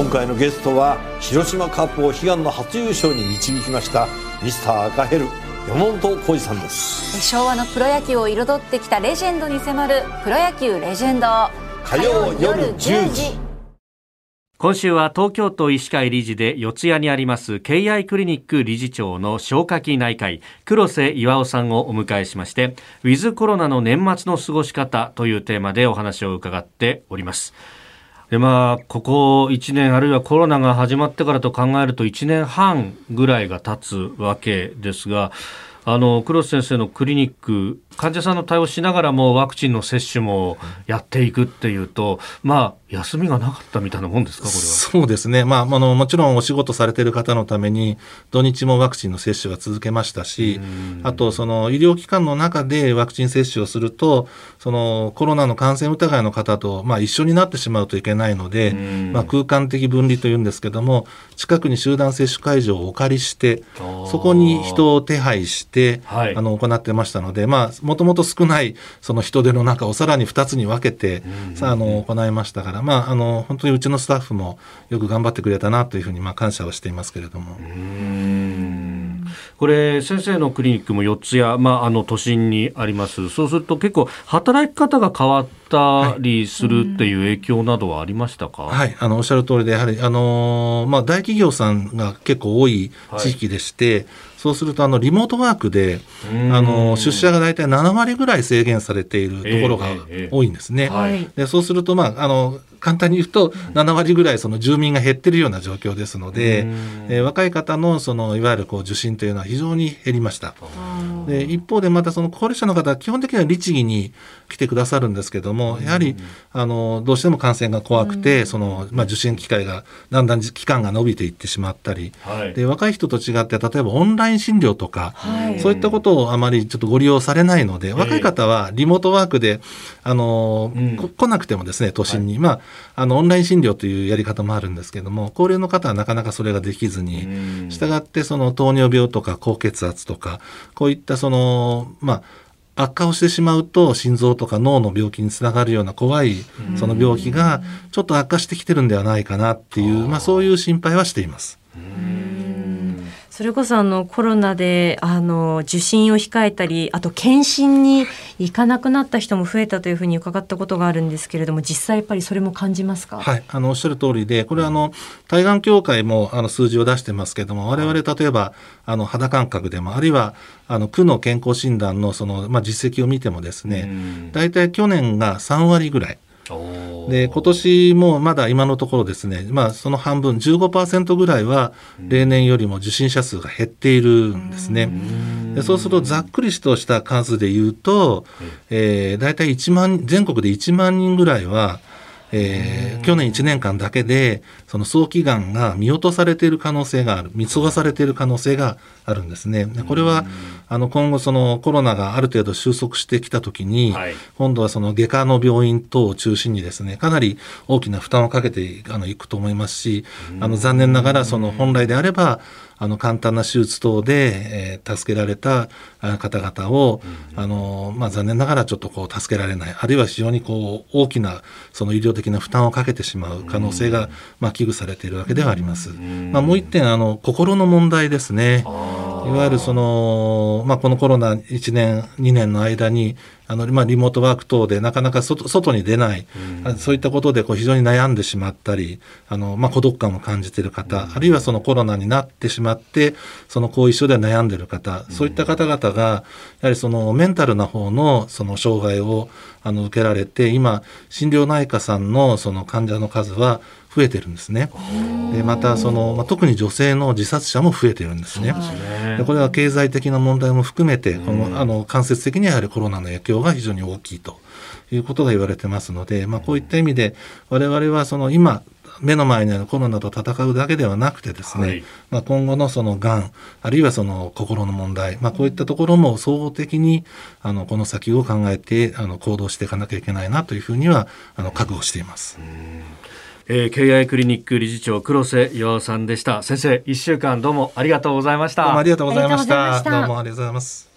回のゲストは広島カップを悲願の初優勝に導きましたミスター赤ヘル山本浩二さんです。 昭和のプロ野球を彩ってきたレジェンドに迫るプロ野球レジェンド、 火曜夜10時。 今週は東京都医師会理事で四谷にあります敬愛クリニック理事長の消化器内科医黒瀬巌さんをお迎えしまして、ウィズコロナの年末の過ごし方というテーマでお話を伺っております。でここ1年あるいはコロナが始まってからと考えると1年半ぐらいが経つわけですが、黒瀬先生のクリニック、患者さんの対応しながらもワクチンの接種もやっていくっていうと、休みがなかったみたいなもんですか、これは。 そうですね、もちろんお仕事されている方のために土日もワクチンの接種が続けましたし、あとその医療機関の中でワクチン接種をすると、そのコロナの感染疑いの方と一緒になってしまうといけないので、空間的分離というんですけども、近くに集団接種会場をお借りして、そこに人を手配して、行ってましたので、もともと少ないその人手の中をさらに2つに分けて、行いましたから、本当にうちのスタッフもよく頑張ってくれたなというふうに感謝はしていますけれども。 これ先生のクリニックも四谷、都心にあります。そうすると結構働き方が変わったりするっていう影響などはありましたか？ はい、おっしゃる通りで、やはり、大企業さんが結構多い地域でして、そうするとリモートワークで出社が大体7割ぐらい制限されているところが多いんですね。でそうすると簡単に言うと7割ぐらいその住民が減っているような状況ですので、若い方のいわゆる受診というのは非常に減りました。で一方でまたその高齢者の方は基本的には律儀に来てくださるんですけども、やはりどうしても感染が怖くて受診機会がだんだん期間が延びていってしまったり、で若い人と違って例えばオンライン診療とか、そういったことをあまりちょっとご利用されないので、若い方はリモートワークで来なくてもですね、都心に、オンライン診療というやり方もあるんですけども、高齢の方はなかなかそれができずに、したがってその糖尿病とか高血圧とか、こういった悪化をしてしまうと心臓とか脳の病気につながるような怖いその病気がちょっと悪化してきてるんではないかなっていう、そういう心配はしています。 それこそコロナで受診を控えたり、あと検診に行かなくなった人も増えたというふうに伺ったことがあるんですけれども、実際やっぱりそれも感じますか？ はい、おっしゃる通りで、これ対がん協会も数字を出してますけども、我々例えば肌感覚でも、あるいは区の健康診断の実績を見てもですね、だいたい去年が3割ぐらいで、今年もまだ今のところですね、その半分 15% ぐらいは例年よりも受診者数が減っているんですね。でそうするとざっくりとした数で言うと、だいたい全国で1万人ぐらいは去年1年間だけでその早期がんが見落とされている可能性がある、見過ごされている可能性があるんですね。これは今後そのコロナがある程度収束してきたときに、今度はその外科の病院等を中心にですね、かなり大きな負担をかけていくと思いますし、残念ながらその本来であれば簡単な手術等で、助けられた方々を、残念ながらちょっと助けられない、あるいは非常に大きなその医療的な負担をかけてしまう可能性が、危惧されているわけではあります。もう一点心の問題ですね。いわゆるこのコロナ1年2年の間にリモートワーク等でなかなか外に出ない、そういったことで非常に悩んでしまったり、孤独感を感じている方、あるいはそのコロナになってしまってその後遺症で悩んでいる方、そういった方々がやはりそのメンタルな方のその障害を受けられて、今心療内科さんのその患者の数は増えてるんですね。でまた特に女性の自殺者も増えてるんですね。でこれは経済的な問題も含めて間接的にはやはりコロナの影響が非常に大きいということが言われてますので、こういった意味で我々は今目の前にあるコロナと戦うだけではなくてですね、今後のそのがん、あるいはその心の問題、こういったところも総合的にこの先を考えて行動していかなきゃいけないなというふうには覚悟しています。 敬愛クリニック理事長黒瀬巌さんでした。先生、1週間どうもありがとうございました。 どうもありがとうございました。どうもありがとうございます。